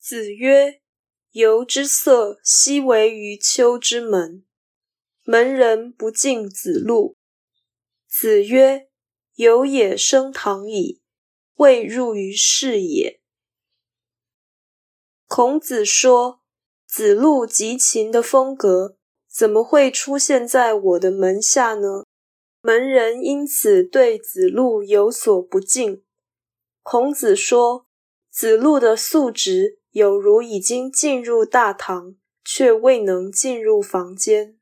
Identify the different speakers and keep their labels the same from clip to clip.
Speaker 1: 子曰：由之色，奚为于丘之门？门人不敬子路。子曰：由也升堂矣，未入于室也。孔子说，子路极勤的风格怎么会出现在我的门下呢？门人因此对子路有所不敬。孔子说，子路的素质有如已经进入大堂，却未能进入房间。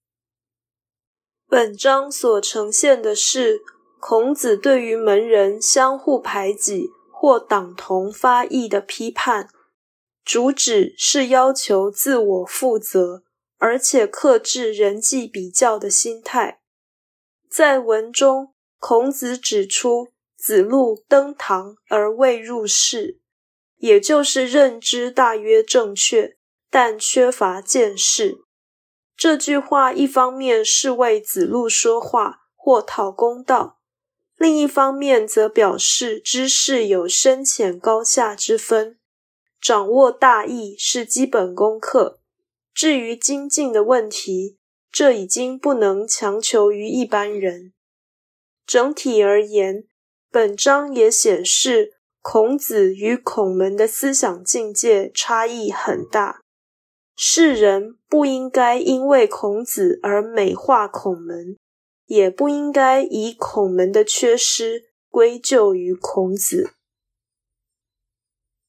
Speaker 1: 本章所呈现的是孔子对于门人相互排挤或党同发议的批判，主旨是要求自我负责，而且克制人际比较的心态。在文中，孔子指出子路登堂而未入室，也就是认知大约正确，但缺乏见识。这句话一方面是为子路说话或讨公道，另一方面则表示知识有深浅高下之分，掌握大义是基本功课。至于精进的问题，这已经不能强求于一般人。整体而言，本章也显示孔子与孔门的思想境界差异很大。世人不应该因为孔子而美化孔门，也不应该以孔门的缺失归咎于孔子。